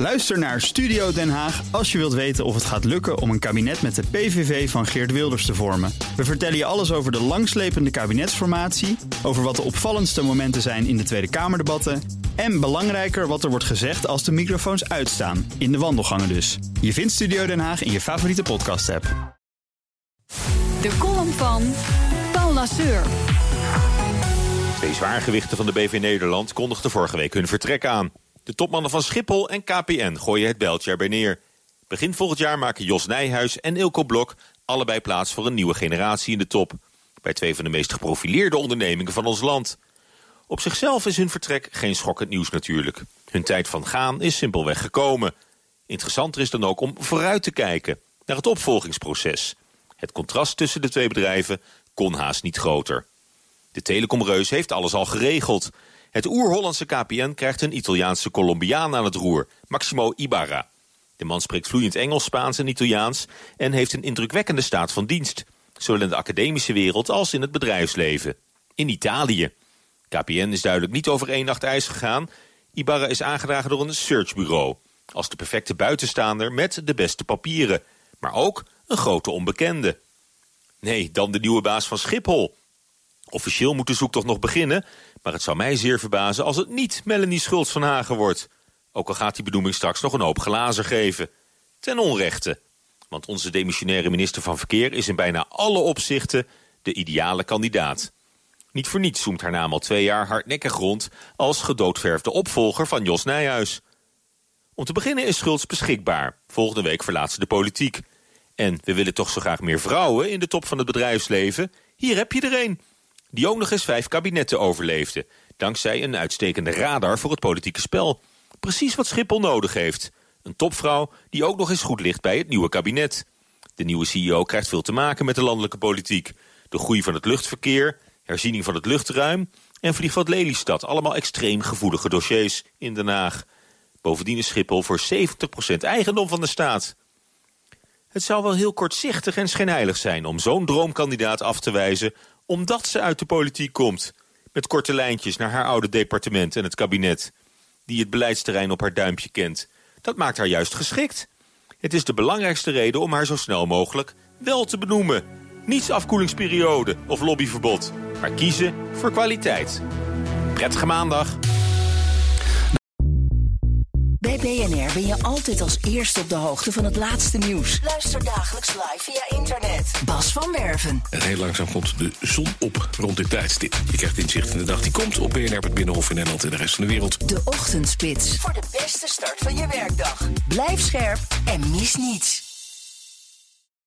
Luister naar Studio Den Haag als je wilt weten of het gaat lukken om een kabinet met de PVV van Geert Wilders te vormen. We vertellen je alles over de langslepende kabinetsformatie, over wat de opvallendste momenten zijn in de Tweede Kamerdebatten en belangrijker wat er wordt gezegd als de microfoons uitstaan, in de wandelgangen dus. Je vindt Studio Den Haag in je favoriete podcast-app. De column van Paul Lasseur. Twee zwaargewichten van de BV Nederland kondigden vorige week hun vertrek aan. De topmannen van Schiphol en KPN gooien het bijltje erbij neer. Begin volgend jaar maken Jos Nijhuis en Eelco Blok allebei plaats voor een nieuwe generatie in de top. Bij twee van de meest geprofileerde ondernemingen van ons land. Op zichzelf is hun vertrek geen schokkend nieuws natuurlijk. Hun tijd van gaan is simpelweg gekomen. Interessanter is dan ook om vooruit te kijken naar het opvolgingsproces. Het contrast tussen de twee bedrijven kon haast niet groter. De telecomreus heeft alles al geregeld. Het oer-Hollandse KPN krijgt een Italiaanse Colombiaan aan het roer, Maximo Ibarra. De man spreekt vloeiend Engels, Spaans en Italiaans en heeft een indrukwekkende staat van dienst, zowel in de academische wereld als in het bedrijfsleven. In Italië. KPN is duidelijk niet over één nacht ijs gegaan. Ibarra is aangedragen door een searchbureau, als de perfecte buitenstaander met de beste papieren, maar ook een grote onbekende. Nee, dan de nieuwe baas van Schiphol. Officieel moet de zoektocht nog beginnen, maar het zou mij zeer verbazen als het niet Melanie Schultz van Hagen wordt. Ook al gaat die benoeming straks nog een hoop glazen geven. Ten onrechte. Want onze demissionaire minister van Verkeer is in bijna alle opzichten de ideale kandidaat. Niet voor niets zoemt haar naam al 2 jaar hardnekkig rond als gedoodverfde opvolger van Jos Nijhuis. Om te beginnen is Schultz beschikbaar. Volgende week verlaat ze de politiek. En we willen toch zo graag meer vrouwen in de top van het bedrijfsleven. Hier heb je er een. Die ook nog eens 5 kabinetten overleefde. Dankzij een uitstekende radar voor het politieke spel. Precies wat Schiphol nodig heeft. Een topvrouw die ook nog eens goed ligt bij het nieuwe kabinet. De nieuwe CEO krijgt veel te maken met de landelijke politiek. De groei van het luchtverkeer, herziening van het luchtruim en Vliegveld Lelystad. Allemaal extreem gevoelige dossiers in Den Haag. Bovendien is Schiphol voor 70% eigendom van de staat. Het zou wel heel kortzichtig en schijnheilig zijn om zo'n droomkandidaat af te wijzen omdat ze uit de politiek komt. Met korte lijntjes naar haar oude departement en het kabinet. Die het beleidsterrein op haar duimpje kent. Dat maakt haar juist geschikt. Het is de belangrijkste reden om haar zo snel mogelijk wel te benoemen. Niets afkoelingsperiode of lobbyverbod. Maar kiezen voor kwaliteit. Prettige maandag. Bij BNR ben je altijd als eerste op de hoogte van het laatste nieuws. Luister dagelijks live via internet. Bas van Werven. En heel langzaam komt de zon op rond dit tijdstip. Je krijgt inzicht in de dag die komt op BNR, het Binnenhof in Nederland en de rest van de wereld. De Ochtendspits. Voor de beste start van je werkdag. Blijf scherp en mis niets.